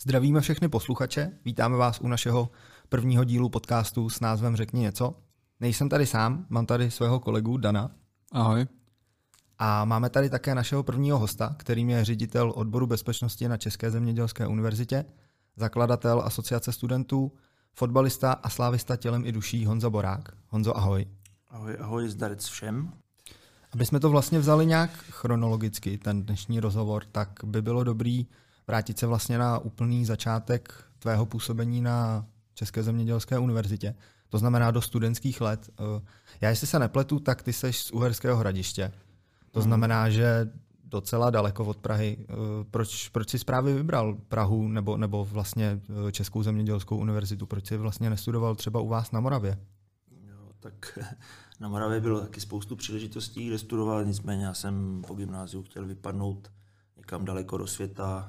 Zdravíme všechny posluchače, vítáme vás u našeho prvního dílu podcastu s názvem Řekni něco. Nejsem tady sám, mám tady svého kolegu Dana. Ahoj. A máme tady také našeho prvního hosta, kterým je ředitel odboru bezpečnosti na České zemědělské univerzitě, zakladatel Asociace studentů, fotbalista a slávista tělem i duší Honza Borák. Honzo, ahoj. Ahoj, zdarec všem. Aby jsme to vlastně vzali nějak chronologicky, ten dnešní rozhovor, tak by bylo dobrý vrátit se vlastně na úplný začátek tvého působení na České zemědělské univerzitě. To znamená do studentských let. Já, jestli se nepletu, tak ty seš z Uherského Hradiště. To znamená, že docela daleko od Prahy. Proč jsi právě vybral Prahu nebo vlastně Českou zemědělskou univerzitu? Proč jsi vlastně nestudoval třeba u vás na Moravě? Jo, tak na Moravě bylo taky spoustu příležitostí, kde studovat, nicméně já jsem po gymnáziu chtěl vypadnout někam daleko do světa.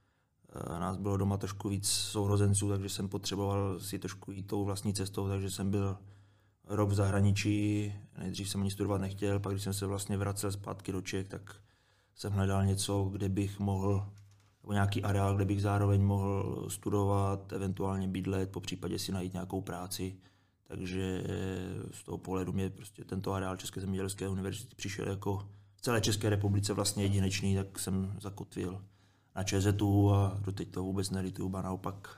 Nás bylo doma trošku víc sourozenců, takže jsem potřeboval si trošku jít tou vlastní cestou, takže jsem byl rok v zahraničí, nejdřív jsem ani studovat nechtěl, pak když jsem se vlastně vracel zpátky do Čech, tak jsem hledal něco, kde bych mohl, nebo nějaký areál, kde bych zároveň mohl studovat, eventuálně bydlet, popřípadě si najít nějakou práci. Takže z toho pohledu mě prostě tento areál České zemědělské univerzity přišel jako v celé České republice vlastně jedinečný, tak jsem zakotvil na ČZU a doteď to vůbec nelituju, ba naopak.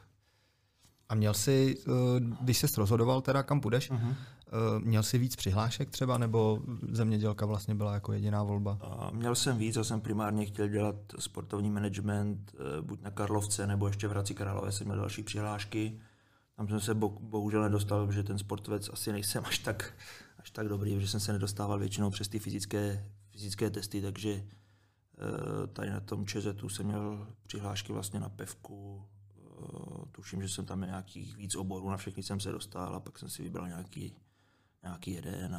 A měl jsi, když jsi rozhodoval teda kam půjdeš, měl jsi víc přihlášek třeba, nebo zemědělka vlastně byla jako jediná volba? Měl jsem víc, já jsem primárně chtěl dělat sportovní management, buď na Karlovce, nebo ještě v Hradci Králové jsem měl další přihlášky. Tam jsem se bohužel nedostal, protože ten sportovec asi nejsem až tak dobrý, protože jsem se nedostával většinou přes ty fyzické testy, takže tady na tom ČZU jsem měl přihlášky vlastně na pevku. Tuším, že jsem tam měl nějakých víc oborů, na všechny jsem se dostal a pak jsem si vybral nějaký jeden.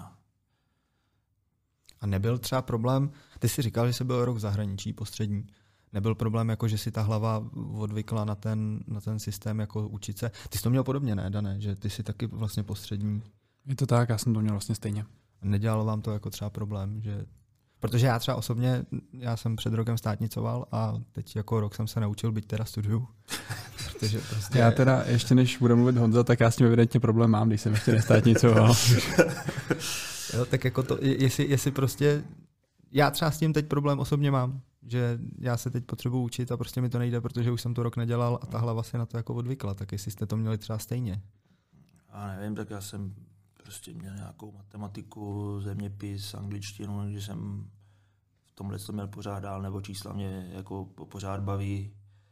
A nebyl třeba problém, ty jsi říkal, že jsi byl rok v zahraničí postřední, nebyl problém, jako že si ta hlava odvykla na ten systém jako učit se? Ty jsi to měl podobně, ne, Dané? Že ty jsi taky vlastně postřední. Je to tak, já jsem to měl vlastně stejně. Nedělalo vám to jako třeba problém, že... Protože já třeba osobně, já jsem před rokem státnicoval a teď jako rok jsem se naučil být teda studiu. Protože prostě... Já teda, ještě než bude mluvit Honza, tak já s tím evidentně problém mám, když jsem ještě nestátnicoval. Jo, tak jako to, jestli prostě, já třeba s tím teď problém osobně mám, že já se teď potřebuji učit a prostě mi to nejde, protože už jsem to rok nedělal a ta hlava se na to jako odvykla, tak jestli jste to měli třeba stejně. Já nevím, tak já jsem prostě měl nějakou matematiku, zeměpis, angličtinu, když jsem v tomhle to měl pořád dál, nebo čísla mě jako pořád baví.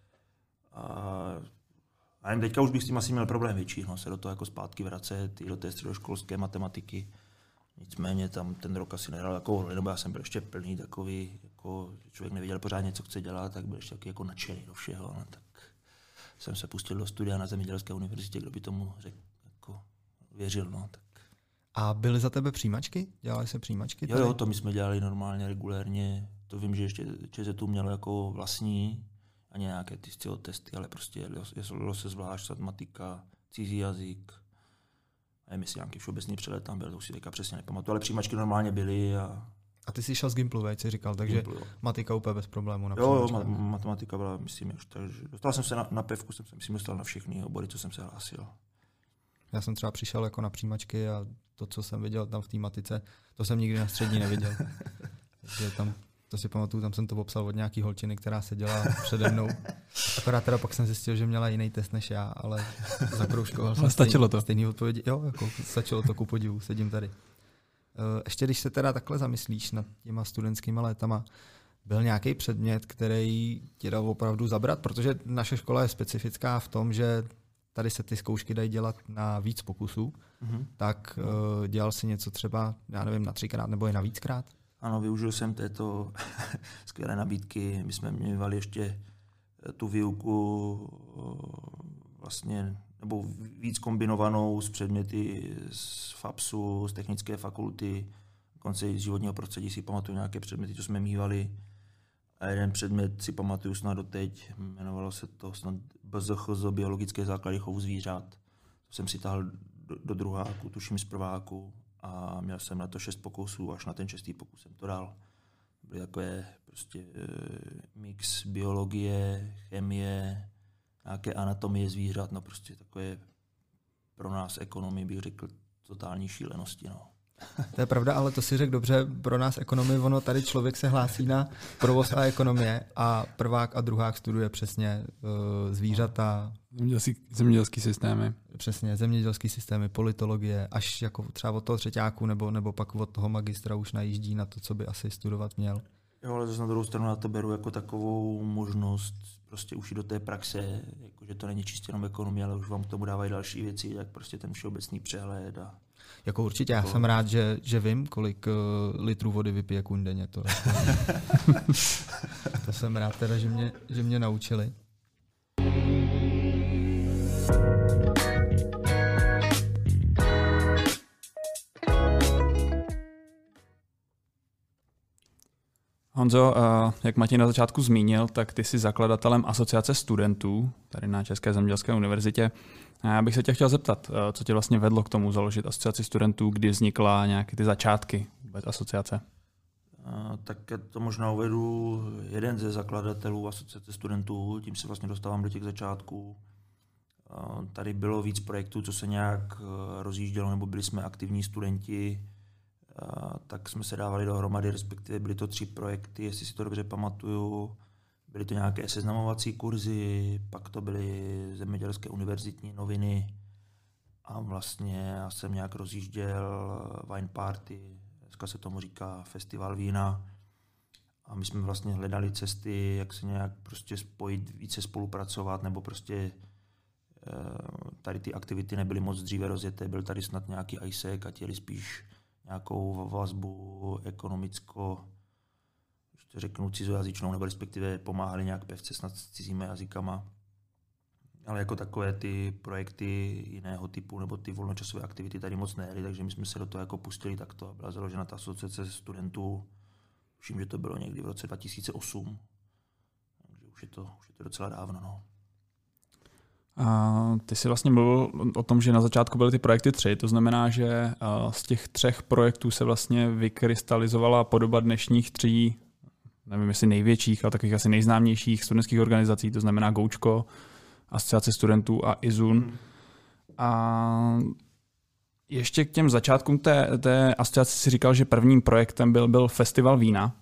A nevím, teďka už bych s tím asi měl problém větší, se do toho jako zpátky vracet, i do té středoškolské matematiky. Nicméně tam ten rok asi nedal jako, nebo já jsem byl ještě plný takový, jako člověk nevěděl pořádně, co chce dělat, tak byl ještě taky jako nadšený do všeho. No, tak jsem se pustil do studia na Zemědělské univerzitě, kdo by tomu jako věřil. No, tak. A byly za tebe přijímačky? Dělali se přijímačky? Jo, to my jsme dělali normálně, regulérně. To vím, že ještě ČZU mělo jako vlastní, a nějaké ty testy, ale prostě jelo se zvlášť matematika, cizí jazyk. A jestli nějaký všeobecný přelet tam byl, to už si teďka přesně nepamatuju, ale přijímačky normálně byly. A ty jsi šel z Gimplu, jsi říkal, takže Gimplu, matika úplně bez problému. Jo, matematika byla, myslím, už takže dostal jsem se na pevku, jsem se myslím dostal na všechny obory, co jsem se hlásil. Já jsem třeba přišel jako na přijímačky a to, co jsem viděl tam v té matice, to jsem nikdy na střední neviděl. Takže tam, to si pamatuju, tam jsem to popsal od nějaký holčiny, která seděla přede mnou. Akorát teda pak jsem zjistil, že měla jiný test než já, ale zakroužkoval jsem stejný odpovědi. Jo, jako stačilo to ku podivu, sedím tady. Ještě když se teda takhle zamyslíš nad těma studentskýma létama, byl nějaký předmět, který ti dal opravdu zabrat? Protože naše škola je specifická v tom, že tady se ty zkoušky dají dělat na víc pokusů, tak dělal si něco třeba, já nevím, na 3krát nebo i na víckrát? Ano, využil jsem této skvělé nabídky. My jsme měli ještě tu výuku vlastně, nebo víc kombinovanou s předměty z FAPSu, z technické fakulty, dokonce i z životního prostředí si pamatuju nějaké předměty, co jsme mívali. A jeden předmět si pamatuju snad doteď, jmenovalo se to snad BZCHZ, biologické základy chovu zvířat. To jsem si tahal do druháku, tuším z prváku. A měl jsem na to 6 pokusů, až na ten 6. pokus jsem to dal. Byly takové prostě mix biologie, chemie, nějaké anatomie zvířat, no prostě takové pro nás ekonomii bych řekl totální šílenosti. No. To je pravda, ale to si řekl dobře, pro nás ekonomii, ono tady člověk se hlásí na provoz a ekonomie a prvák a druhák studuje přesně zvířata. Zemědělský systémy. Přesně, zemědělský systémy, politologie, až jako třeba od toho třeťáku nebo pak od toho magistra už najíždí na to, co by asi studovat měl. Jo, ale zase na druhou stranu já to beru jako takovou možnost prostě už i do té praxe, jakože to není čistě jenom ekonomie, ale už vám k tomu dávají další věci, tak prostě ten všeobecný přehled. Jako určitě, já jsem rád, že vím, kolik litrů vody vypije kůň denně. To jsem rád teda, že mě naučili. Honzo, jak Matěj na začátku zmínil, tak ty jsi zakladatelem Asociace studentů tady na České zemědělské univerzitě. Já bych se tě chtěl zeptat, co tě vlastně vedlo k tomu založit Asociaci studentů, kdy vznikla nějaké ty začátky vůbec asociace? Tak já to možná uvedu jeden ze zakladatelů Asociace studentů, tím se vlastně dostávám do těch začátků. Tady bylo víc projektů, co se nějak rozjíždělo, nebo byli jsme aktivní studenti, tak jsme se dávali dohromady, respektive byly to 3 projekty, jestli si to dobře pamatuju. Byly to nějaké seznamovací kurzy, pak to byly zemědělské univerzitní noviny a vlastně já jsem nějak rozjížděl wine party, dneska se tomu říká festival vína. A my jsme vlastně hledali cesty, jak se nějak prostě spojit, více spolupracovat, nebo prostě tady ty aktivity nebyly moc dříve rozjeté, byl tady snad nějaký ISEC a chtěli spíš nějakou vazbu ekonomicko, když to řeknu, cizojazyčnou, nebo respektive pomáhali nějak pevce snad s cizími jazykama. Ale jako takové ty projekty jiného typu, nebo ty volnočasové aktivity tady moc nejeli, takže my jsme se do toho jako pustili takto a byla založena ta asociace studentů. Vším, že to bylo někdy v roce 2008, takže už je to docela dávno. No. A ty jsi vlastně mluvil o tom, že na začátku byly ty projekty 3, to znamená, že z těch 3 projektů se vlastně vykrystalizovala podoba dnešních 3, nevím jestli největších, ale takových asi nejznámějších studentských organizací, to znamená Goučko, Asociace studentů a IZUN. A ještě k těm začátkům té asociace si říkal, že prvním projektem byl Festival vína.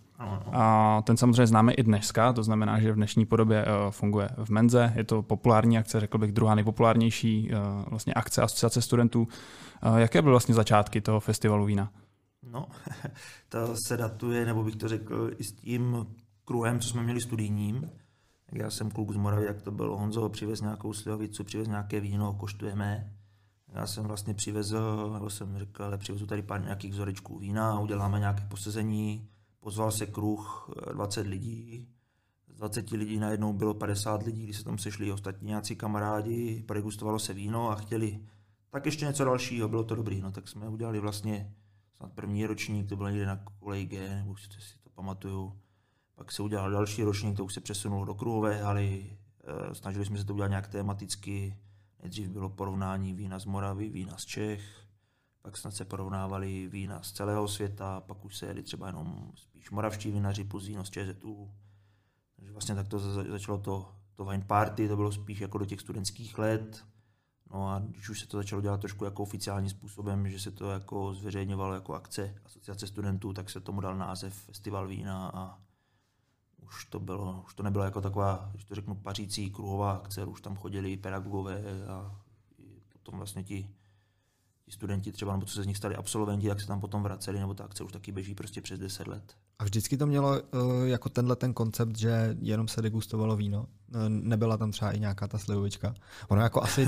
A ten samozřejmě známe i dneska, to znamená, že v dnešní podobě funguje v Menze. Je to populární akce, řekl bych druhá nejpopulárnější vlastně akce Asociace studentů. Jaké byly vlastně začátky toho festivalu vína? No, to se datuje, nebo bych to řekl, i s tím kruhem, co jsme měli studijním. Já jsem kluk z Moravy, jak to bylo, Honzo přivez nějakou slivovicu, přivez nějaké víno, koštujeme. Já jsem vlastně přivezl, nebo jsem řekl, ale přivezu tady pár nějakých vzorečků vína, uděláme nějaké posezení. Pozval se kruh 20 lidí, z 20 lidí najednou bylo 50 lidí, když se tam sešli ostatní nějací kamarádi, prodegustovalo se víno a chtěli tak ještě něco dalšího, bylo to dobrý, no tak jsme udělali vlastně snad první ročník, to bylo někde na koleji G, nebo si to pamatuju, pak se udělal další ročník, to už se přesunulo do kruhové haly, snažili jsme se to udělat nějak tematicky, nejdřív bylo porovnání vína z Moravy, vína z Čech, pak snad se porovnávali vína z celého světa, pak už se jeli třeba jenom spíš moravští vinaři plus víno z ČZU. Takže vlastně tak to začalo to wine party, to bylo spíš jako do těch studentských let. No a když už se to začalo dělat trošku jako oficiálním způsobem, že se to jako zveřejňovalo jako akce Asociace studentů, tak se tomu dal název Festival vína a už to nebylo jako taková, když to řeknu, pařící kruhová akce, už tam chodili pedagogové a potom vlastně ti studenti třeba, nebo co se z nich stali absolventi, tak se tam potom vraceli, nebo ta akce už taky běží prostě přes 10 let. A vždycky to mělo jako ten koncept, že jenom se degustovalo víno? Nebyla tam třeba i nějaká ta slivovička? Ono jako asi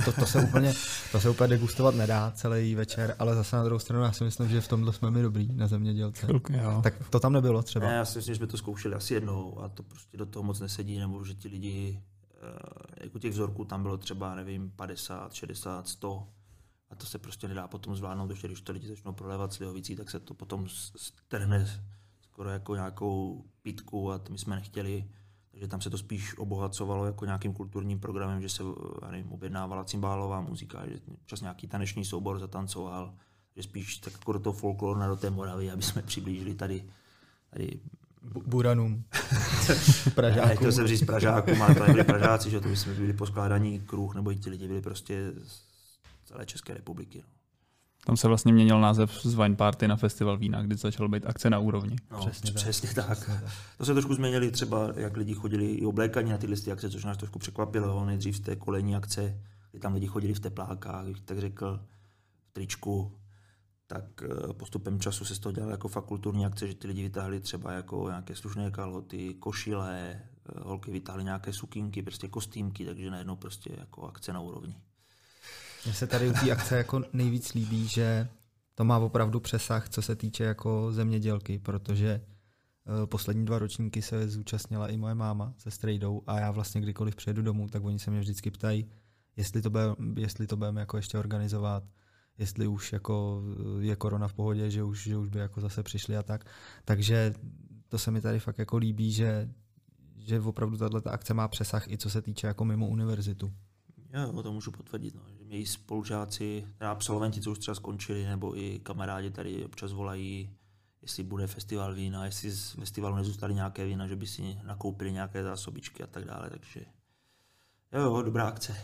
to se úplně degustovat nedá celý večer, ale zase na druhou stranu já si myslím, že v tomhle jsme my dobrý na zemědělce. Tak to tam nebylo třeba? Ne, já si myslím, že jsme to zkoušeli asi jednou a to prostě do toho moc nesedí, nebo že ti lidi, jako těch vzorků tam bylo třeba, nevím, 50, 60, 100. A to se prostě nedá potom zvládnout, ještě když to lidi začnou prolévat slivovicí, tak se to potom strhne skoro jako nějakou pitku a to my jsme nechtěli. Takže tam se to spíš obohacovalo jako nějakým kulturním programem, že se objednávala cymbálová muzika, že čas nějaký taneční soubor zatancoval, že spíš tak jako do toho folkloru, do té Moravy, aby jsme přiblížili tady Buranům. Pražákům. Chtěl jsem říct Pražákům, ale to nebyli Pražáci, že to my jsme byli poskládaní kruh, nebo i ti lidi byli prostě z celé České republiky. No. Tam se vlastně měnil název z Wine Party na festival vína, kdy začalo být akce na úrovni. No, přesně tak. To se trošku změnili třeba, jak lidi chodili i oblékaní na tyhle akce, což nás trošku překvapilo. Nejdřív z té kolejní akce, kdy tam lidi chodili v teplákách, tak řekl, v tričku, tak postupem času se z toho dělalo jako fakt kulturní akce, že ty lidi vytáhli třeba jako nějaké slušné kalhoty, košile, holky vytáhly nějaké sukínky, prostě kostýmky, takže najednou prostě jako akce na úrovni. Mně se tady u té akce jako nejvíc líbí, že to má opravdu přesah, co se týče jako zemědělky, protože poslední 2 ročníky se zúčastnila i moje máma se strejdou a já vlastně kdykoliv přijedu domů, tak oni se mě vždycky ptají, jestli to budeme jako ještě organizovat, jestli už jako je korona v pohodě, že už by jako zase přišli a tak. Takže to se mi tady fakt jako líbí, že opravdu tato akce má přesah i co se týče jako mimo univerzitu. Jo, to můžu potvrdit, no. Že mějí spolužáci, absolventi, co už třeba skončili, nebo i kamarádi tady občas volají, jestli bude festival vína, jestli z festivalu nezůstaly nějaké vína, že by si nakoupili nějaké zásobičky a tak dále, takže jo, dobrá akce.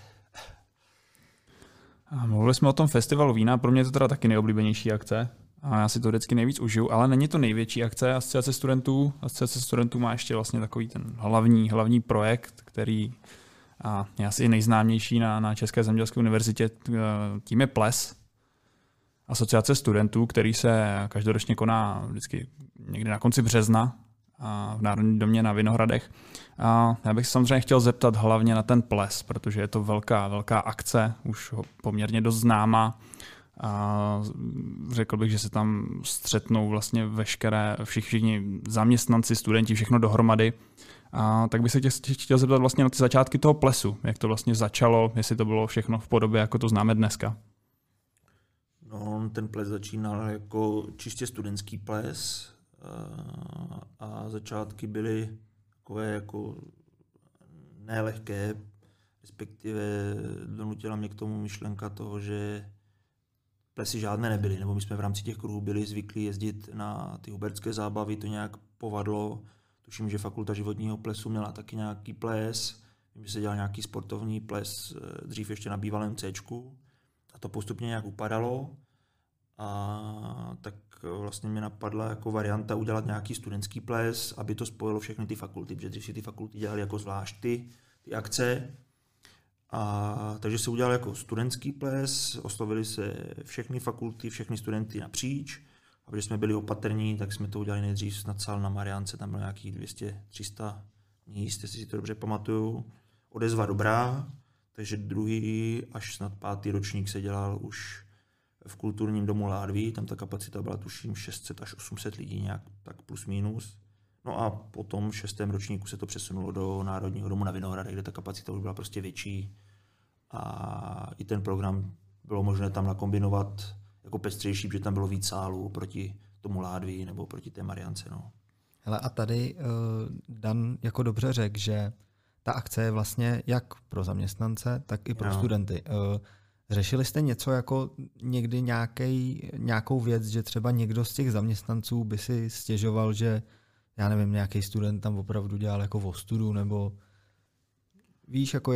A mluvili jsme o tom festivalu vína, pro mě je to teda taky nejoblíbenější akce a já si to vždycky nejvíc užiju, ale není to největší akce Asociace studentů má ještě vlastně takový ten hlavní projekt, který je asi nejznámější na České zemědělské univerzitě, tím je ples Asociace studentů, který se každoročně koná vždycky někdy na konci března v Národním domě na Vinohradech. A já bych se samozřejmě chtěl zeptat hlavně na ten ples, protože je to velká akce, už poměrně dost známá. A řekl bych, že se tam střetnou vlastně všichni zaměstnanci, studenti, všechno dohromady. A tak bych se chtěl zeptat vlastně na ty začátky toho plesu, jak to vlastně začalo, jestli to bylo všechno v podobě, jako to známe dneska. No, ten ples začínal jako čistě studentský ples a začátky byly takové jako nelehké, respektive donutila mě k tomu myšlenka toho, že plesy žádné nebyly, nebo my jsme v rámci těch kruhů byli zvyklí jezdit na ty hubertské zábavy, to nějak povadlo. Tuším, že Fakulta životního plesu měla taky nějaký ples, vím, že se dělal nějaký sportovní ples dřív ještě na bývalém Cčku a to postupně nějak upadalo a tak vlastně mě napadla jako varianta udělat nějaký studentský ples, aby to spojilo všechny ty fakulty, protože dřív si ty fakulty dělali jako zvlášť ty akce. Takže se udělal jako studentský ples, oslovili se všechny fakulty, všechny studenty napříč. A když jsme byli opatrní, tak jsme to udělali nejdřív snad sál na Mariánce, tam bylo nějakých 200-300 míst, jestli si to dobře pamatuju. Odezva dobrá, takže 2. až snad 5. ročník se dělal už v kulturním domu Ládví, tam ta kapacita byla tuším 600 až 800 lidí, nějak tak plus minus. No a potom v 6. ročníku se to přesunulo do Národního domu na Vinohradech, kde ta kapacita už byla prostě větší. A i ten program bylo možné tam nakombinovat jako pestřejší, protože tam bylo víc sálů proti tomu Ládví nebo proti té Mariánce. No. Hele, a tady Dan jako dobře řekl, že ta akce je vlastně jak pro zaměstnance, tak i pro studenty. Řešili jste něco jako někdy nějakou věc, že třeba někdo z těch zaměstnanců by si stěžoval, že já nevím, nějaký student tam opravdu dělal jako ostudu, nebo víš, jako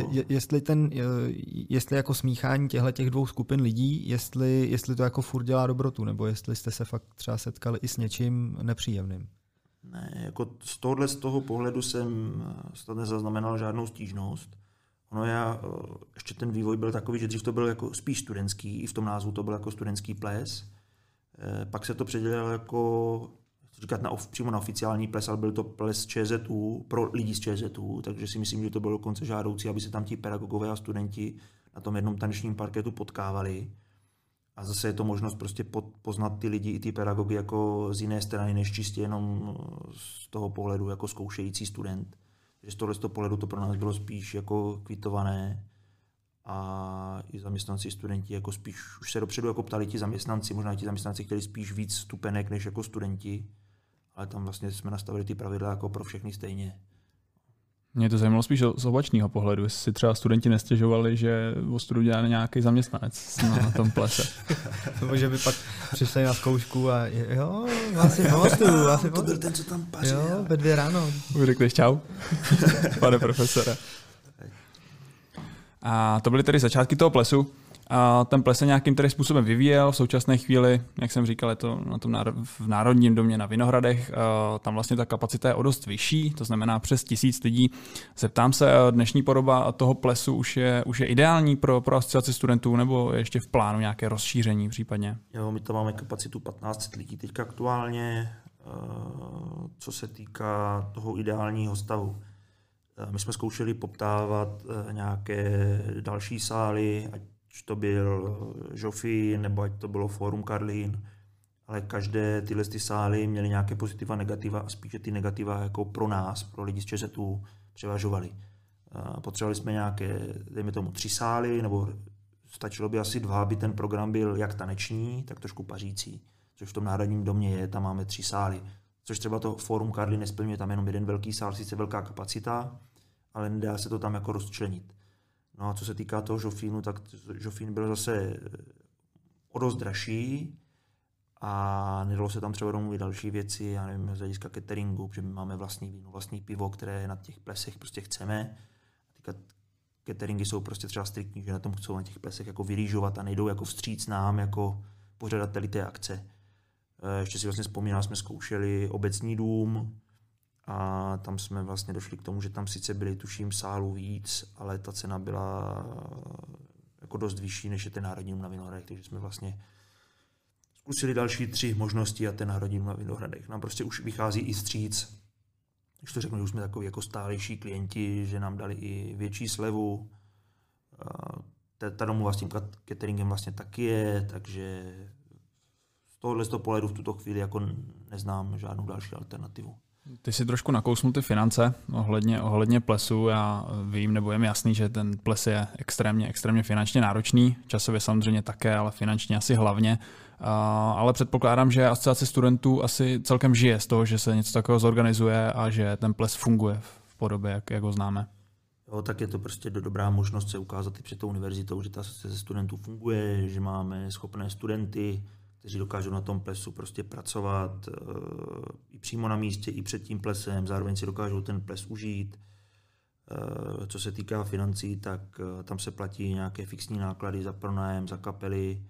jestli jako smíchání těch 2 skupin lidí, jestli to jako furt dělá dobrotu, nebo jestli jste se fakt třeba setkali i s něčím nepříjemným. Ne, jako z toho pohledu jsem nezaznamenal žádnou stížnost. Ještě ten vývoj byl takový, že dřív to byl jako spíš studentský, i v tom názvu to byl jako studentský ples. Pak se to předělalo jako říkat přímo na oficiální ples, ale byl to ples ČZU pro lidi z ČZU, takže si myslím, že to bylo dokonce žádoucí, aby se tam ti pedagogové a studenti na tom jednom tanečním parketu potkávali. A zase je to možnost prostě poznat ty lidi i ty pedagogy jako z jiné strany, než čistě jenom z toho pohledu jako zkoušející student. Takže z tohoto pohledu to pro nás bylo spíš jako kvitované a i zaměstnanci, studenti jako spíš už se dopředu jako ptali ti zaměstnanci, možná ti zaměstnanci chtěli spíš víc stupenek než jako studenti, ale tam vlastně jsme nastavili ty pravidla jako pro všechny stejně. Mě to zajímalo spíš z opačného pohledu, jestli si třeba studenti nestěžovali, že o studu dělá nějaký zaměstnanec na tom plese. Nebo že by pak přišli na zkoušku a jo, vás pamatuju. To byl ten, co tam pařil. Jo, ve 2 ráno. Řekneš čau, pane profesore. A to byly tedy začátky toho plesu. A ten ples se nějakým tedy způsobem vyvíjel v současné chvíli, jak jsem říkal, je to v Národním domě na Vinohradech, tam vlastně ta kapacita je o dost vyšší, to znamená přes 1000 lidí. Zeptám se, dnešní podoba toho plesu už je ideální pro asociaci studentů, nebo je ještě v plánu nějaké rozšíření případně? Jo, my tam máme kapacitu 15 lidí teďka aktuálně, co se týká toho ideálního stavu. My jsme zkoušeli poptávat nějaké další sály, ať to byl Žofín, nebo ať to bylo Fórum Karlín, ale každé tyhle sály měly nějaké pozitiva, negativa a spíše ty negativa jako pro nás, pro lidi z ČSETu převažovaly. Potřebovali jsme nějaké, dejme tomu 3 sály, nebo stačilo by asi 2, aby ten program byl jak taneční, tak trošku pařící, což v tom Národním domě je, tam máme 3 sály. Což třeba to Fórum Karlín nesplňuje, tam jenom jeden velký sál, sice velká kapacita, ale nedá se to tam jako rozčlenit. No a co se týká toho Žofínu, tak Žofín byl zase o dost dražší a nedalo se tam třeba domluvit další věci, já nevím, z hlediska cateringu, že my máme vlastní víno, vlastní pivo, které na těch plesech prostě chceme. Cateringy jsou prostě třeba striktní, že na tom chcou na těch plesech jako vyrýžovat a nejdou jako vstříc nám, jako pořadateli té akce. Ještě si vlastně vzpomínám, jsme zkoušeli obecní dům, a tam jsme vlastně došli k tomu, že tam sice byly tuším sálů víc, ale ta cena byla jako dost vyšší, než je ten Národní dům na Vinohradech, takže jsme vlastně zkusili další 3 možnosti a ten Národní dům na Vinohradech nám prostě už vychází i vstříc. Když to řeknu, že už jsme takový jako stálejší klienti, že nám dali i větší slevu. Ta domluva s tím cateringem vlastně taky je, takže z tohoto pohledu v tuto chvíli jako neznám žádnou další alternativu. Ty si trošku nakousnul ty finance ohledně plesu. Já vím, nebo je mi jasný, že ten ples je extrémně finančně náročný. Časově samozřejmě také, ale finančně asi hlavně. Ale předpokládám, že asociace studentů asi celkem žije z toho, že se něco takového zorganizuje a že ten ples funguje v podobě, jak ho známe. Jo, tak je to prostě dobrá možnost se ukázat i před tou univerzitou, že ta asociace studentů funguje, že máme schopné studenty, kteří dokážou na tom plesu prostě pracovat i přímo na místě, i před tím plesem, zároveň si dokážou ten ples užít. Co se týká financí, tak tam se platí nějaké fixní náklady za pronájem, za kapely,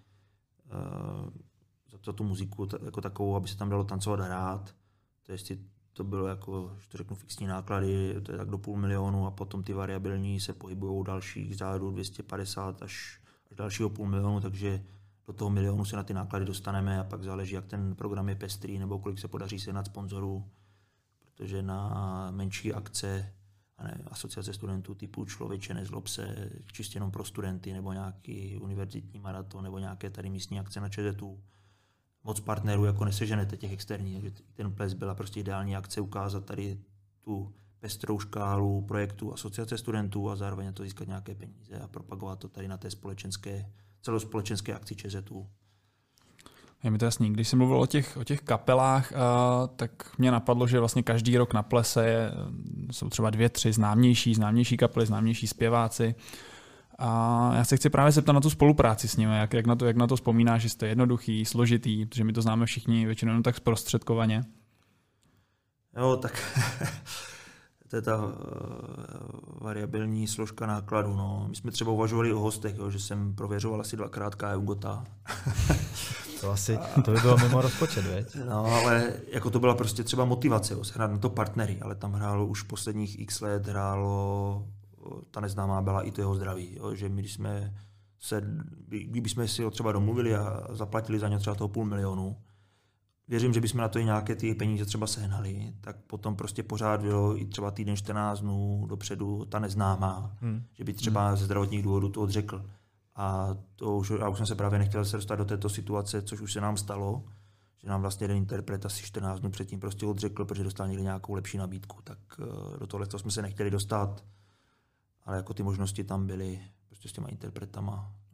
za tu muziku jako takovou, aby se tam dalo tancovat a hrát. To jestli to bylo jako, že to řeknu, fixní náklady, to je tak do 500 000 a potom ty variabilní se pohybují dalších řádů 250 až dalšího 500 000, takže do toho 1 000 000 se na ty náklady dostaneme a pak záleží, jak ten program je pestrý nebo kolik se podaří sehnat sponzorů, protože na menší akce a ne, asociace studentů typu Člověče nezlob se, čistě jenom pro studenty nebo nějaký univerzitní maraton nebo nějaké tady místní akce na ČSETu, moc partnerů jako neseženete těch externích, takže ten ples byla prostě ideální akce ukázat tady tu pestrou škálu projektů asociace studentů a zároveň na to získat nějaké peníze a propagovat to tady na té celospolečenské akci ČSETu. Je mi to jasný. Když jsem mluvil o těch kapelách, tak mě napadlo, že vlastně každý rok na plese jsou třeba 2, 3 známější kapely, známější zpěváci. A já se chci právě zeptat na tu spolupráci s nimi, jak na to vzpomínáš, že to je jednoduchý, složitý, protože my to známe všichni většinou jenom tak zprostředkovaně. Jo, tak to je ta variabilní složka nákladu. No. My jsme třeba uvažovali o hostech, jo, že jsem prověřoval asi 2krát KU Gotha. To by bylo mimo rozpočet, veď? No, ale jako to byla prostě třeba motivace, jo, sehnat na to partnery, ale tam hrálo už posledních x let, ta neznámá byla i to jeho zdraví, jo, že my kdybychom si ho třeba domluvili a zaplatili za ně třeba toho 500 000, věřím, že bychom na to i nějaké ty peníze třeba sehnali, tak potom prostě pořád bylo i třeba týden 14 dnů dopředu ta neznámá, že by třeba ze zdravotních důvodů to odřekl. A já už jsem se právě nechtěl se dostat do této situace, což už se nám stalo, že nám vlastně jeden interpret asi 14 dnů předtím prostě odřekl, protože dostal někde nějakou lepší nabídku, tak do tohle jsme se nechtěli dostat, ale jako ty možnosti tam byly prostě s těma interpretama.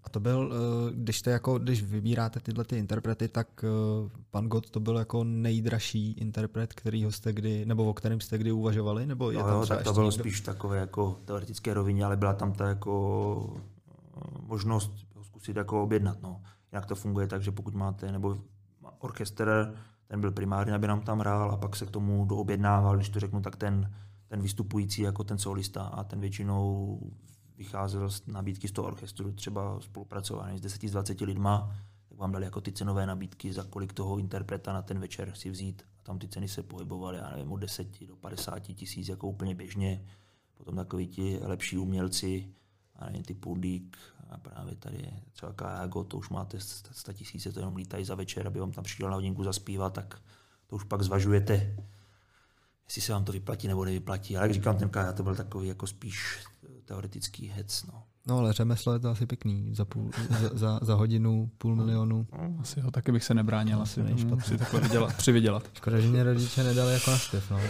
A to byl, když vybíráte tyhle ty interprety, tak pan Gott to byl jako nejdražší interpret, kterýho jste kdy, nebo o kterém jste kdy uvažovali? Nebo je tam tak to bylo spíš takové jako teoretické rovině, ale byla tam ta jako možnost ho zkusit jako objednat. No. Jinak to funguje tak, že pokud máte, nebo orchestr, ten byl primární, aby nám tam hrál a pak se k tomu doobjednával, když to řeknu, tak ten vystupující jako ten solista a ten většinou vycházel z nabídky z toho orchestru, třeba spolupracování s 10-20 lidma, tak vám dali jako ty cenové nabídky, za kolik toho interpreta na ten večer si vzít. A tam ty ceny se pohybovaly, já nevím, od 10 do 50 tisíc, jako úplně běžně. Potom takový ti lepší umělci, a nevím, typu Dík, a právě tady třeba Kajago, to už máte 100 tisíce, to jenom lítají za večer, aby vám tam přišel na hodinku zaspívat, tak to už pak zvažujete, jestli se vám to vyplatí nebo nevyplatí. Ale jak říkám, ten Kaja, to byl takový jako spíš teoretický hec. No ale řemeslo je to asi pěkný, za hodinu 500 000. Asi ho taky bych se nebránil, asi si takhle přivydělat. Škoda, že mě rodiče nedali jako na zpěv. No.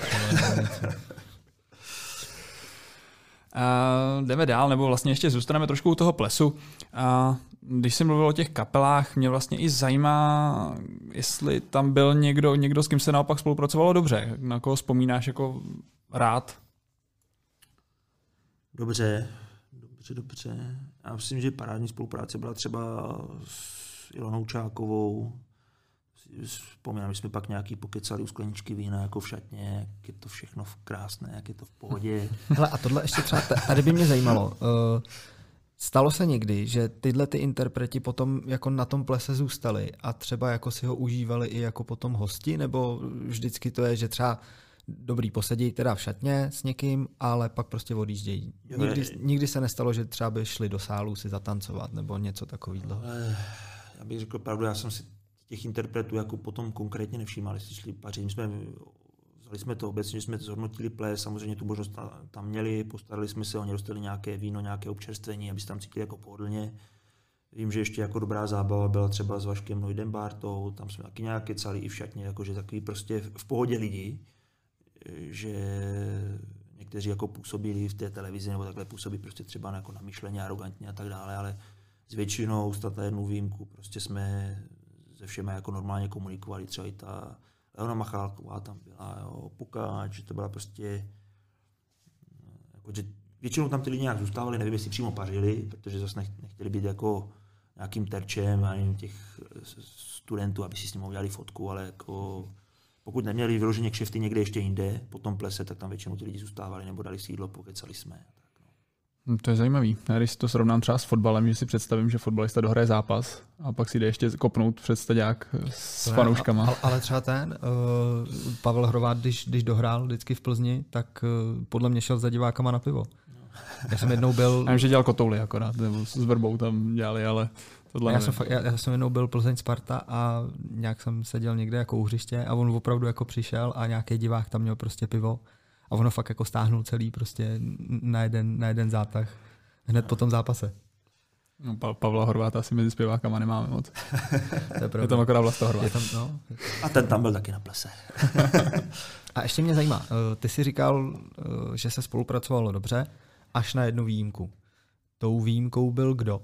Jdeme dál, nebo vlastně ještě zůstaneme trošku u toho plesu. Když jsem mluvil o těch kapelách, mě vlastně i zajímá, jestli tam byl někdo, s kým se naopak spolupracovalo dobře. Na koho vzpomínáš jako rád? Dobře. Já myslím, že parádní spolupráce byla třeba s Ilonou Čákovou. Vzpomínám, že jsme pak nějaký pokecali u skleničky vína jako v šatně, jak je to všechno krásné, jak je to v pohodě. Hele, a tohle ještě třeba tady by mě zajímalo. Stalo se někdy, že tyhle ty interpreti potom jako na tom plese zůstali a třeba jako si ho užívali i jako potom hosti, nebo vždycky to je, že třeba dobrý posedí teda v šatně s někým, ale pak prostě odjíždějí. Nikdy se nestalo, že třeba by šli do sálu si zatancovat nebo něco takového. Já bych řekl pravdu, já jsem si těch interpretů jako potom konkrétně nevšímal, jestli šli pařit. Vzali jsme to obecně, že jsme zhodnotili ples, samozřejmě tu možnost tam měli, postarali jsme se, oni dostali nějaké víno, nějaké občerstvení, aby se tam cítili jako pohodlně. Vím, že ještě jako dobrá zábava byla třeba s Vaškem Neudenbartou, tam jsme taky nějak kecali i v šatně, jakože takový prostě v pohodě lidi, že někteří jako působili v té televizi nebo takhle působí prostě třeba jako namyšleně, arrogantně a tak dále, ale s většinou, stát na jednu výjimku, prostě jsme se všemi jako normálně komunikovali, třeba i ta Leona Machálková tam byla, jo, Pukáč, to byla prostě, jako, že většinou tam ty lidi nějak zůstávali, nevím, jestli přímo pařili, protože zase nechtěli být jako nějakým terčem, nevím, těch studentů, aby si s ním udělali fotku, ale jako pokud neměli vyloženě kšefty někde ještě jinde, po tom plese, tak tam většinou ty lidi zůstávali nebo dali si jídlo, pokecali jsme. To je zajímavý. Já když si to srovnám třeba s fotbalem, že si představím, že fotbalista dohraje zápas a pak si jde ještě kopnout před staďák s fanouškama. Ale třeba Pavel Hrovát, když dohrál vždycky v Plzni, tak podle mě šel za divákama na pivo. Já jsem jednou byl... Já vím, že dělal kotouly akorát, nebo s Vrbou tam dělali, ale tohle já jsem jednou byl Plzeň Sparta a nějak jsem seděl někde jako u hřiště a on opravdu jako přišel a nějaký divák tam měl prostě pivo. A ono fakt jako stáhnul celý prostě na jeden zátah hned po tom zápase. No, Pavla Horváta asi mezi zpěvákama nemáme moc. Je tam akorát Vlasta Horvát. A ten tam byl taky na plese. A ještě mě zajímá, ty jsi říkal, že se spolupracovalo dobře, až na jednu výjimku. Tou výjimkou byl kdo?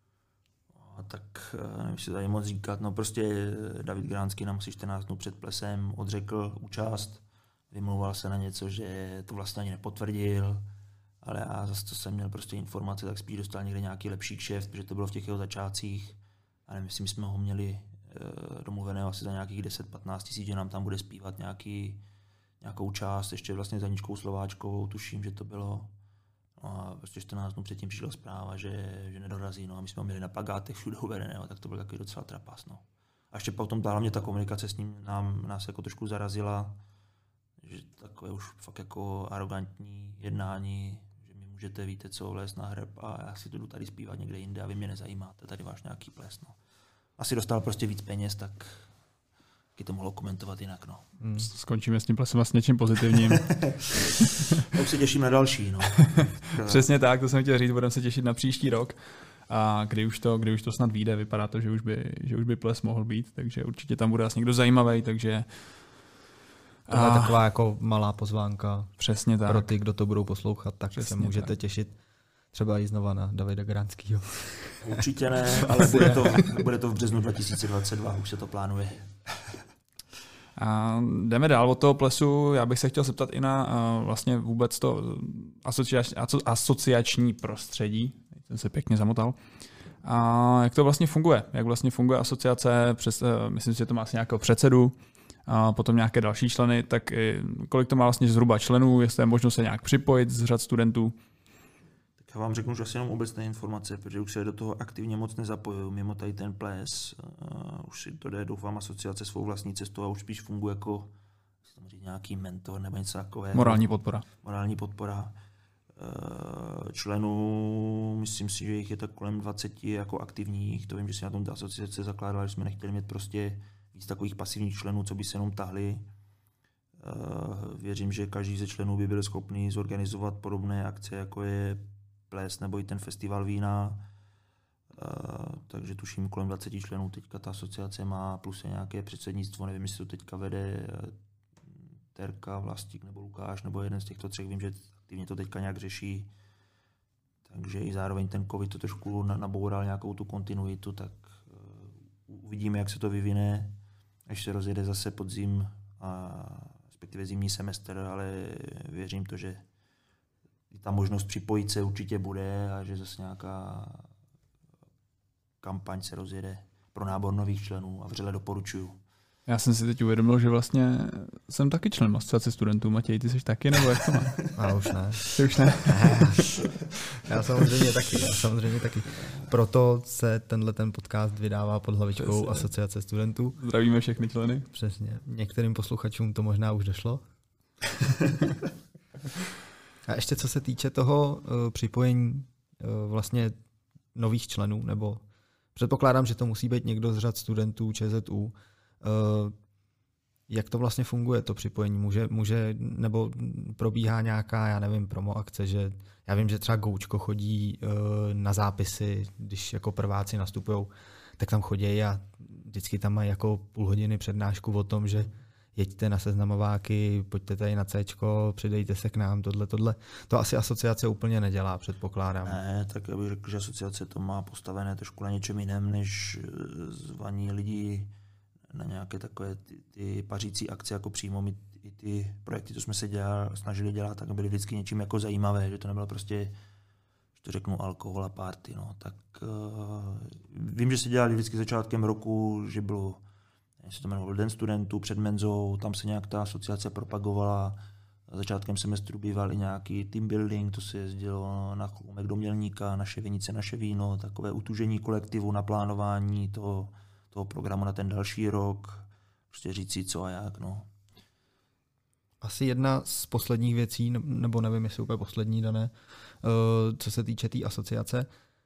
Tak nevím, si tady moc říkat. No prostě David Gránský nám asi 14 dnů před plesem odřekl účast. Vymlouval se na něco, že to vlastně ani nepotvrdil, ale já zase to jsem měl prostě informace, tak spíš dostal někde nějaký lepší kšeft, protože to bylo v těch jeho začátcích. A nevím, jestli jsme ho měli domluvené asi za nějakých 10-15 tisíc, že nám tam bude zpívat nějakou část, ještě vlastně za Ničkou Slováčkovou, tuším, že to bylo. No a prostě 14 dnů předtím přišla zpráva, že nedorazí, no a my jsme ho měli na plakátech všude uvedené, tak to byl takový docela trapas. No. A ještě potom hlavně ta komunikace s ním nás jako trošku zarazila, že takové už fakt jako arrogantní jednání, že mi můžete, víte co, vlézt na hrb a já si to jdu tady zpívat někde jinde a vy mě nezajímáte, tady váš nějaký ples. No. Asi dostal prostě víc peněz, tak to mohlo komentovat jinak. No. Skončíme s tím plesem a s něčím pozitivním. Tak se těším na další. No. Přesně tak, to jsem chtěl říct, budeme se těšit na příští rok. A kdy už to snad vyjde, vypadá to, že už by ples mohl být, takže určitě tam bude asi někdo zajímavý, takže to je taková jako malá pozvánka. Přesně tak. Pro ty, kdo to budou poslouchat, tak přesně se můžete těšit třeba i znova na Davida Gránskýho. Určitě ne, ale bude to v březnu 2022, už se to plánuje. A jdeme dál od toho plesu. Já bych se chtěl zeptat i na vlastně vůbec to asociační prostředí. Jsem se pěkně zamotal. A jak to vlastně funguje? Jak vlastně funguje asociace? Myslím si, že to má asi nějakého předsedu, a potom nějaké další členy. Tak kolik to má vlastně zhruba členů? Jestli je možno se nějak připojit z řad studentů? Tak já vám řeknu už asi jenom obecné informace, protože už se do toho aktivně moc nezapojuju. Mimo tady ten ples, už si to jde, doufám, asociace svou vlastní cestou a už spíš funguje jako nějaký mentor nebo něco takového. Morální podpora. Členů, myslím si, že jich je tak kolem 20 jako aktivních. To vím, že si na tom ta asociace zakládala, že jsme nechtěli mít prostě víc takových pasivních členů, co by se jenom tahli. Věřím, že každý ze členů by byl schopný zorganizovat podobné akce, jako je ples nebo i ten festival vína. Takže tuším kolem 20 členů teďka ta asociace má, plus je nějaké předsednictvo, nevím, jestli to teďka vede Terka, Vlastík nebo Lukáš, nebo jeden z těchto třech, vím, že aktivně to teďka nějak řeší. Takže i zároveň ten covid to trošku naboural nějakou tu kontinuitu, tak uvidíme, jak se to vyvine, až se rozjede zase podzim, respektive zimní semestr, ale věřím to, že ta možnost připojit se určitě bude a že zase nějaká kampaň se rozjede pro nábor nových členů a vřele doporučuju. Já jsem si teď uvědomil, že vlastně jsem taky člen asociace studentů. Matěj, ty jsi taky, nebo jak to má? Já už ne. Ty už ne? Já samozřejmě taky. Proto se ten podcast vydává pod hlavičkou Přesně. Asociace studentů. Zdravíme všechny členy. Přesně. Některým posluchačům to možná už došlo. A ještě co se týče toho připojení vlastně nových členů, nebo předpokládám, že to musí být někdo z řad studentů ČZU. Jak to vlastně funguje, to připojení? Může nebo probíhá nějaká, já nevím, promo akce, že já vím, že třeba Goučko chodí na zápisy, když jako prváci nastupujou, tak tam chodí a vždycky tam mají jako půl hodiny přednášku o tom, že jeďte na seznamováky, pojďte tady na Cčko, přidejte se k nám, tohle. To asi asociace úplně nedělá, předpokládám. Ne, tak já bych řekl, že asociace to má postavené trošku na něčem jiném, než zvaní lidi na nějaké takové ty pařící akce, jako přímo i ty projekty, co jsme se snažili dělat, tak byly vždycky něčím jako zajímavé, že to nebylo prostě, že to řeknu, alkohol a party. No. Tak vím, že se dělali vždycky začátkem roku, že bylo, se to jmenovalo Den studentů před Menzou, tam se nějak ta asociace propagovala. Začátkem semestru býval i nějaký team building, to se jezdilo na chlumek do Mělníka, naše vinice, naše víno, takové utužení kolektivu, naplánování toho programu na ten další rok, prostě říct si co a jak. No. Asi jedna z posledních věcí, nebo nevím, jestli úplně poslední dané, co se týče té asociace,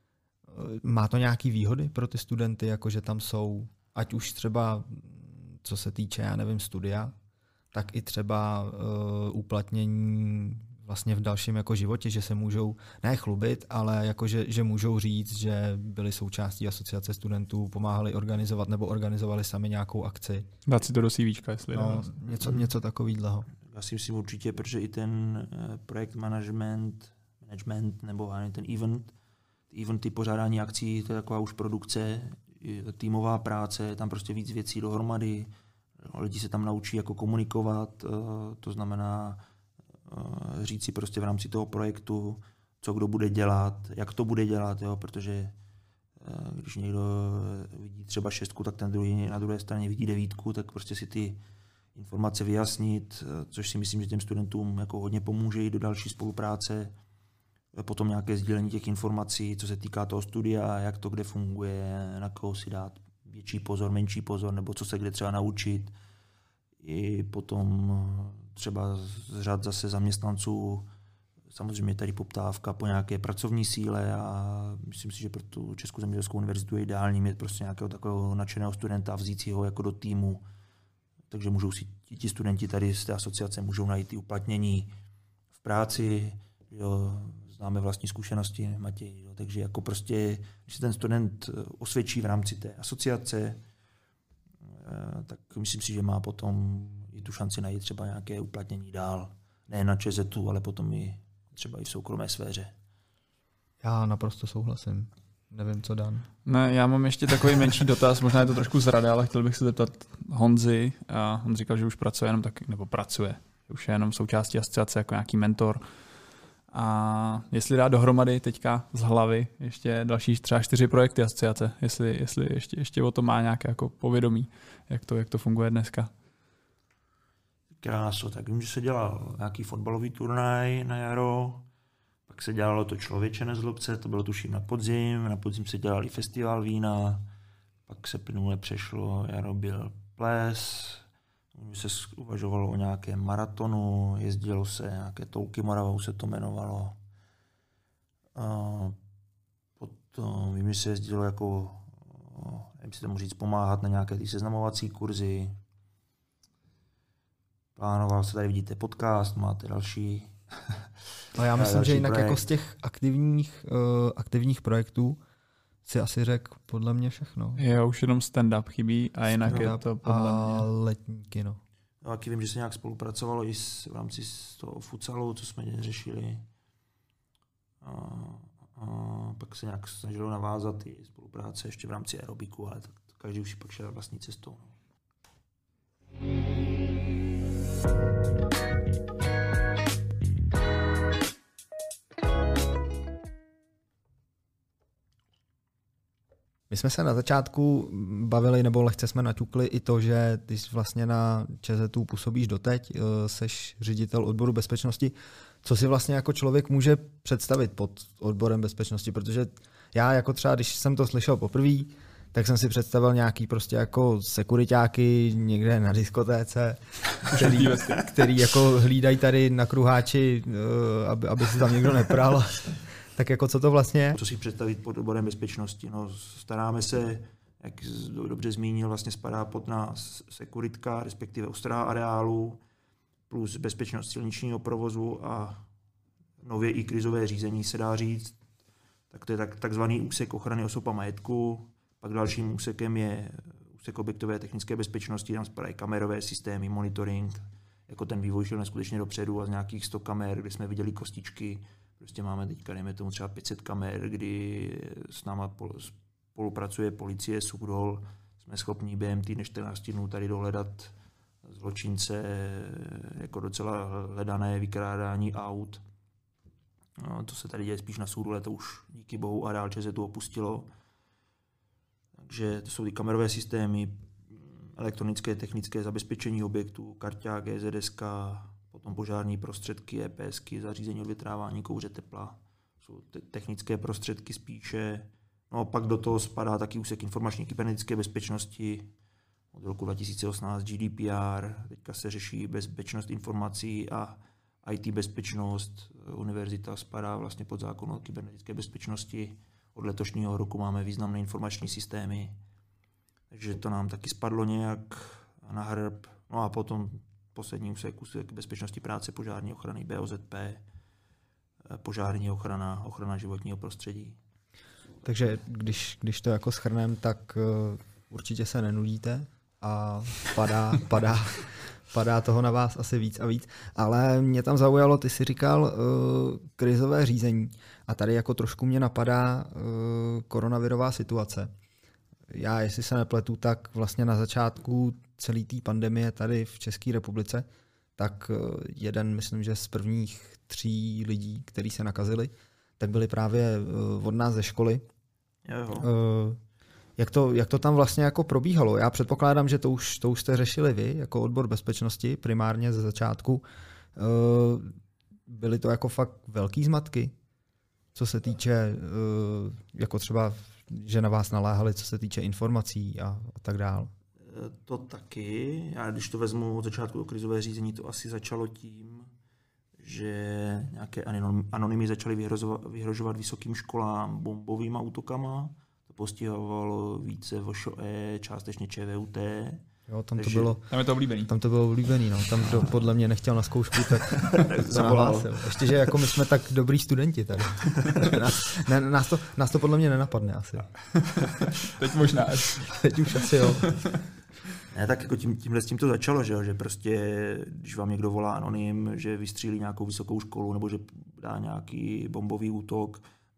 má to nějaké výhody pro ty studenty, jakože tam jsou, ať už třeba co se týče, já nevím, studia, tak i třeba uplatnění vlastně v dalším jako životě, že se můžou ne chlubit, ale jako že můžou říct, že byli součástí asociace studentů, pomáhali organizovat nebo organizovali sami nějakou akci. Dát si to do CVčka, jestli něco takového. Já si myslím určitě, protože i ten projekt management nebo ten eventy pořádání akcí, to je taková už produkce, týmová práce, tam prostě víc věcí dohromady, lidi se tam naučí jako komunikovat, to znamená říct si prostě v rámci toho projektu, co kdo bude dělat, jak to bude dělat, jo, protože když někdo vidí třeba 6, tak ten druhý na druhé straně vidí 9, tak prostě si ty informace vyjasnit, což si myslím, že těm studentům jako hodně pomůže i do další spolupráce. Potom nějaké sdílení těch informací, co se týká toho studia, jak to kde funguje, na koho si dát větší pozor, menší pozor, nebo co se kde třeba naučit. I potom třeba z řad zase zaměstnanců, samozřejmě tady poptávka po nějaké pracovní síle a myslím si, že pro tu Českou zemědělskou univerzitu je ideální mít prostě nějakého takového nadšeného studenta, vzít si ho jako do týmu. Takže můžou si ti studenti tady z té asociace můžou najít i uplatnění v práci, jo, známe vlastní zkušenosti, Matěj, jo, takže jako prostě, když se ten student osvědčí v rámci té asociace, tak myslím si, že má potom i tu šanci najít třeba nějaké uplatnění dál. Ne na ČZU, ale potom i třeba i v soukromé sféře. Já naprosto souhlasím. Nevím, co Dan. Ne, já mám ještě takový menší dotaz, možná je to trošku zrada, ale chtěl bych se zeptat Honzy. A on říkal, že už pracuje jenom tak, nebo pracuje, už je jenom součástí asociace jako nějaký mentor. A jestli dá dohromady teďka z hlavy ještě další třeba 4 projekty asociace, jestli ještě o tom má nějaké jako povědomí, jak to funguje dneska. Krásu, tak vím, že se dělal nějaký fotbalový turnaj na jaro, pak se dělalo to Člověče nezlobce, to bylo tuším na podzim se dělal i festival vína, pak se plynule přešlo, jaro byl ples, se uvažovalo o nějakém maratonu, jezdilo se, nějaké Touky Moravou se to jmenovalo. A potom vím, že se jezdilo jako, nevím si tomu říct, pomáhat na nějaké ty seznamovací kurzy. Plánoval se, tady vidíte podcast, máte další. A já myslím, že jinak projekt. jako z těch aktivních projektů si asi řekl podle mě všechno. Je už jenom stand-up chybí a jinak je to podle a mě. letní kino. No, taky vím, že se nějak spolupracovalo i v rámci toho futsalu, co jsme řešili. A pak se nějak snažilo navázat i spolupráce ještě v rámci aerobiku, ale tak každý už si pak šel vlastní cestou. My jsme se na začátku bavili, nebo lehce jsme naťukli i to, že ty vlastně na ČZU působíš doteď, seš ředitel odboru bezpečnosti. Co si vlastně jako člověk může představit pod odborem bezpečnosti? Protože já jako třeba, když jsem to slyšel poprvé, tak jsem si představil nějaký prostě jako sekuriťáky někde na diskotéce, který jako hlídají tady na kruháči, aby si tam někdo nepral. Tak jako co to vlastně je? Co si představit pod odborem bezpečnosti? No, staráme se, jak dobře zmínil, vlastně spadá pod nás sekuritka, respektive ostraha areálu, plus bezpečnost silničního provozu a nově i krizové řízení se dá říct. Tak to je takzvaný úsek ochrany osob a majetku. Pak dalším úsekem je úsek objektové technické bezpečnosti, tam spadají kamerové systémy, monitoring. Jako ten vývoj šel neskutečně dopředu a z nějakých 100 kamer, kde jsme viděli kostičky, prostě máme teďka, dejme tomu třeba 500 kamer, kdy s náma spolupracuje policie, SUKDOL, jsme schopni během týdne 14 dnů tady dohledat zločince, jako docela hledané vykrádání aut. No, to se tady děje spíš na soudu, ale to už díky bohu areál ČZU opustilo. Takže to jsou ty kamerové systémy, elektronické technické zabezpečení objektů, karťák, EZDSK, potom požární prostředky, EPSky, zařízení odvětrávání kouře tepla. Jsou technické prostředky spíše. No a pak do toho spadá taky úsek informační kybernetické bezpečnosti. Od roku 2018 GDPR, teďka se řeší bezpečnost informací a IT bezpečnost. Univerzita spadá vlastně pod zákon o kybernetické bezpečnosti. Od letošního roku máme významné informační systémy. Takže to nám taky spadlo nějak na hrb. No a potom poslední úsek bezpečnosti práce, požární ochrany, BOZP, požární ochrana životního prostředí. Takže když to jako shrnem, tak určitě se nenudíte a padá toho na vás asi víc a víc. Ale mě tam zaujalo, ty jsi říkal krizové řízení a tady jako trošku mě napadá koronavirová situace. Já, jestli se nepletu, tak vlastně na začátku celé té pandemie tady v České republice, tak jeden, myslím, že z prvních 3 lidí, kteří se nakazili, tak byli právě od nás ze školy. Jak to tam vlastně jako probíhalo? Já předpokládám, že to už jste řešili vy, jako odbor bezpečnosti, primárně ze začátku. Byly to jako fakt velký zmatky, co se týče, jako třeba, že na vás naléhali, co se týče informací a tak dále? To taky. Já když to vezmu od začátku do krizové řízení, to asi začalo tím, že nějaké anonymy začaly vyhrožovat vysokým školám bombovými útokama. To postihovalo více VŠE, částečně ČVUT. Jo, tam je to oblíbený. Tam to bylo oblíbený, no. Tam kdo podle mě nechtěl na zkoušku, tak to nahlásil. Ještě, že jako my jsme tak dobrý studenti tady. Nás to podle mě nenapadne asi. Teď možná. Teď už asi jo. Ne, tak jako tímhle s tím to začalo, že prostě, když vám někdo volá anonym, že vystřílí nějakou vysokou školu nebo že dá nějaký bombový útok,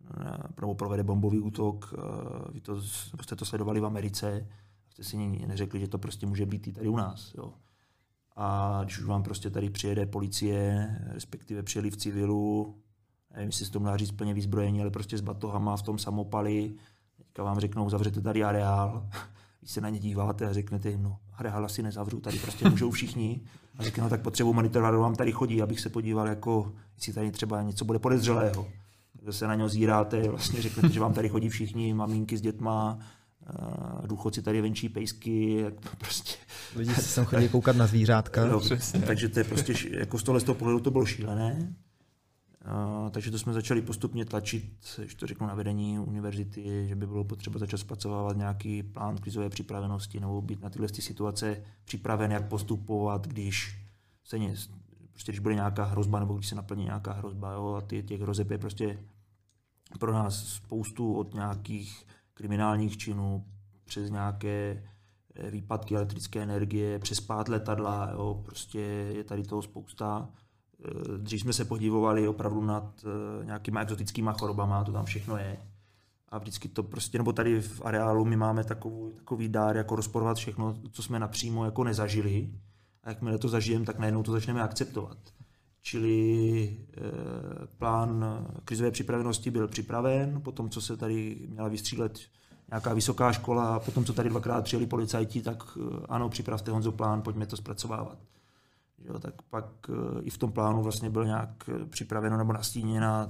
nebo provede bombový útok. Vy jste to sledovali v Americe, jste si neřekli, že to prostě může být i tady u nás. Jo. A když už vám prostě tady přijede policie, respektive přijeli v civilu, nevím, jestli se to dá říct plně vyzbrojení, ale prostě s batohama v tom samopali, teďka vám řeknou, zavřete tady areál, když se na ně díváte a řeknete, no areál asi nezavřu, tady prostě můžou všichni. A řekne, no tak potřebuji monitorovat, vám tady chodí, abych se podíval, jako, jestli tady třeba něco bude podezřelého. Tak se na něho zíráte, vlastně řeknete, že vám tady chodí všichni, maminky s dětma, důchodci tady venčí pejsky, prostě. Lidi se sem chodí koukat na zvířátka. No, takže to je prostě, jako z tohoto pohledu to bylo šílené. Takže to jsme začali postupně tlačit, když to řeknu na vedení univerzity, že by bylo potřeba začít zpracovávat nějaký plán krizové připravenosti nebo být na tyhle situace připraven, jak postupovat, když bude nějaká hrozba nebo když se naplní nějaká hrozba. Jo, a těch hrozeb je prostě pro nás spoustu, od nějakých kriminálních činů přes nějaké výpadky elektrické energie, přes pád letadla, jo, prostě je tady toho spousta. Dřív jsme se podívovali opravdu nad nějakýma exotickýma chorobama, to tam všechno je. A vždycky to prostě, nebo tady v areálu my máme takový dár, jako rozporovat všechno, co jsme napřímo jako nezažili. A jakmile to zažijeme, tak najednou to začneme akceptovat. Čili plán krizové připravenosti byl připraven, potom co se tady měla vystřílet nějaká vysoká škola, potom co tady dvakrát přijeli policajti, tak ano, připravte Honzo plán, pojďme to zpracovávat. Jo, tak pak i v tom plánu vlastně byl nějak připraveno nebo nastíněna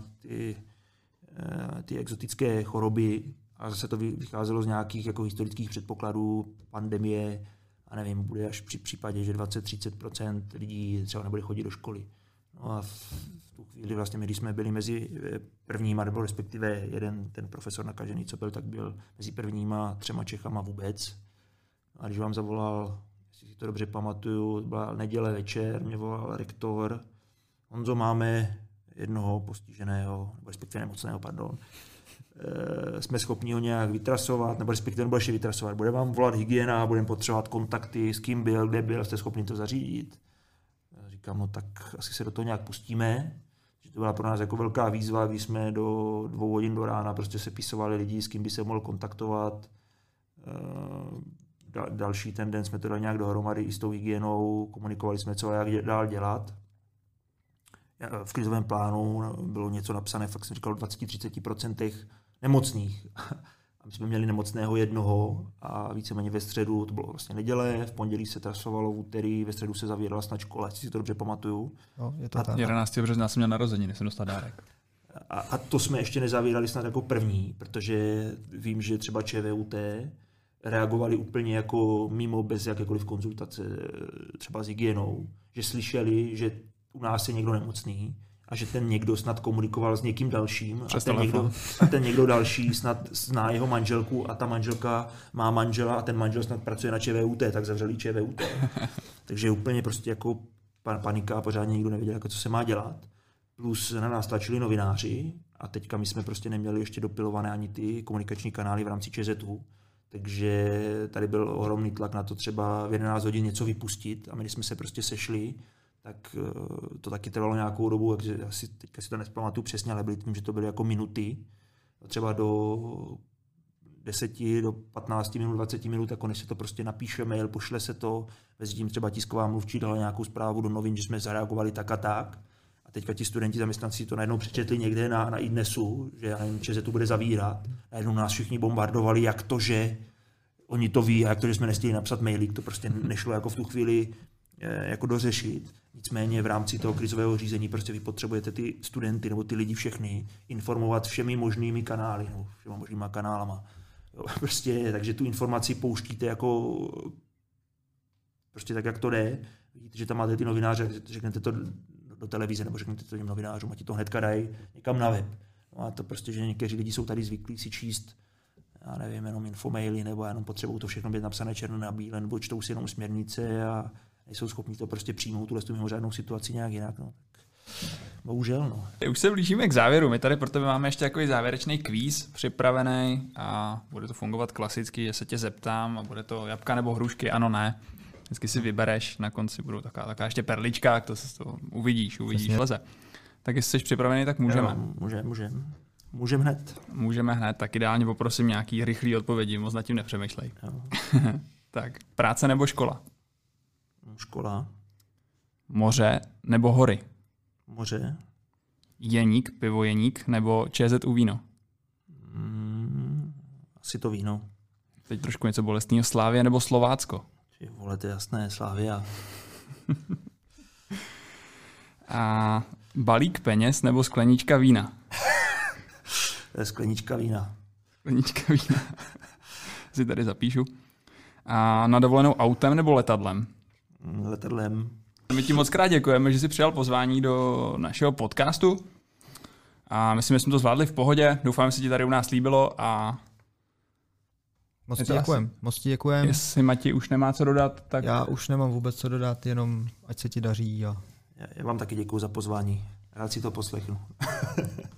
ty exotické choroby a zase to vycházelo z nějakých jako historických předpokladů, pandemie, a nevím, bude až při případě, že 20-30% lidí třeba nebude chodit do školy. No a v tu chvíli vlastně my, když jsme byli mezi prvníma, nebo respektive jeden ten profesor nakažený, co byl, tak byl mezi prvníma 3 Čechama vůbec. A když vám zavolal, jestli si to dobře pamatuju, byla neděle večer, mě volal rektor, Honzo, máme jednoho postiženého, nebo respektive nemocného, pardon, jsme schopni ho nějak vytrasovat, nebo respektive nebude ještě vytrasovat. Bude vám volat hygiena, budeme potřebovat kontakty, s kým byl, kde byl, jste schopni to zařídit. Já říkám, no tak asi se do toho nějak pustíme. Že to byla pro nás jako velká výzva, když jsme do 2 hodin do rána prostě se pisovali lidi, s kým by se mohl kontaktovat. Další ten den jsme to dali nějak dohromady i s tou hygienou, komunikovali jsme, co a jak dál dělat. V krizovém plánu bylo něco napsané, fakt jsem říkal, 20-30% nemocných. A my jsme měli nemocného jednoho a víceméně ve středu, to bylo vlastně neděle, v pondělí se trasovalo, v úterý, ve středu se zavírala snad škola, jestli si to dobře pamatuju. No, je to tak. 11. března jsem měl narozeniny, jsem dostal dárek. A to jsme ještě nezavírali snad jako první, protože vím, že třeba ČVUT reagovali úplně jako mimo, bez jakékoliv konzultace, třeba s hygienou, že slyšeli, že u nás je někdo nemocný a že ten někdo snad komunikoval s někým dalším a ten někdo další snad zná jeho manželku a ta manželka má manžela a ten manžel snad pracuje na ČVUT, tak zavřeli ČVUT. Takže úplně prostě jako panika a pořádně nikdo nevěděl, jako co se má dělat. Plus na nás tlačili novináři a teďka my jsme prostě neměli ještě dopilované ani ty komunikační kanály v rámci ČZU. Takže tady byl ohromný tlak na to třeba v 11 hodin něco vypustit a my jsme se prostě sešli, tak to taky trvalo nějakou dobu, asi teďka si to nespamatuju přesně, ale byly tím, že to byly jako minuty, třeba do 10, do 15 minut, 20 minut, jako než se to prostě napíše mail, pošle se to, mezi tím třeba tisková mluvčí dala nějakou zprávu do novin, že jsme zareagovali tak a tak. A teďka ti studenti, zaměstnanci to najednou přečetli někde na iDnesu, že já nevím, ČZ to bude zavírat. Najednou nás všichni bombardovali, jak to, že oni to ví a jak to, že jsme nestihli napsat mailík, to prostě nešlo jako v tu chvíli jako dořešit. Nicméně v rámci toho krizového řízení prostě vy potřebujete ty studenty nebo ty lidi všechny informovat všemi možnými kanály, no, všema možnýma kanálama. Jo, prostě, takže tu informaci pouštíte jako prostě tak, jak to jde. Vidíte, že tam máte ty novináře, řeknete to do televize nebo řeknete to těm novinářům a ti to hnedka dají někam na web. No a to prostě, že někteří lidi jsou tady zvyklí si číst, já nevím, jenom infomaily nebo jenom potřebují to všechno být napsané černo na bílé, nebo čtou si jenom směrnice a nejsou schopni to prostě přijmout tu mimořádnou situaci nějak jinak. No. Bohužel. No. Už se blížíme k závěru. My tady pro tebe máme ještě takový závěrečný kvíz připravený a bude to fungovat klasicky, že se tě zeptám a bude to jabka nebo hrušky, ano, ne. Vždycky si vybereš, na konci budou taková ještě perlička, to uvidíš leze. Tak jestli jsi připravený, tak můžeme. Můžeme. Můžeme hned. Tak ideálně poprosím nějaký rychlý odpovědi, moc nad tím nepřemýšlej. Tak, práce nebo škola? Škola. Moře nebo hory? Moře. Jeník, pivo Jeník nebo ČZU víno? Asi to víno. Teď trošku něco bolestného. Slávia nebo Slovácko? Ty vole, to je jasné, Slavia. A balík peněz nebo sklenička vína? Sklenička vína. Sklenička vína. Si tady zapíšu. A na dovolenou autem nebo letadlem? Letadlem. My ti moc krát děkujeme, že jsi přijal pozvání do našeho podcastu. A myslím, že jsme to zvládli v pohodě. Doufám, že se ti tady u nás líbilo a Moc ti děkujem. Jestli Mati už nemá co dodat, tak... Já už nemám vůbec co dodat, jenom ať se ti daří. Já vám taky děkuju za pozvání. Rád si to poslechnu.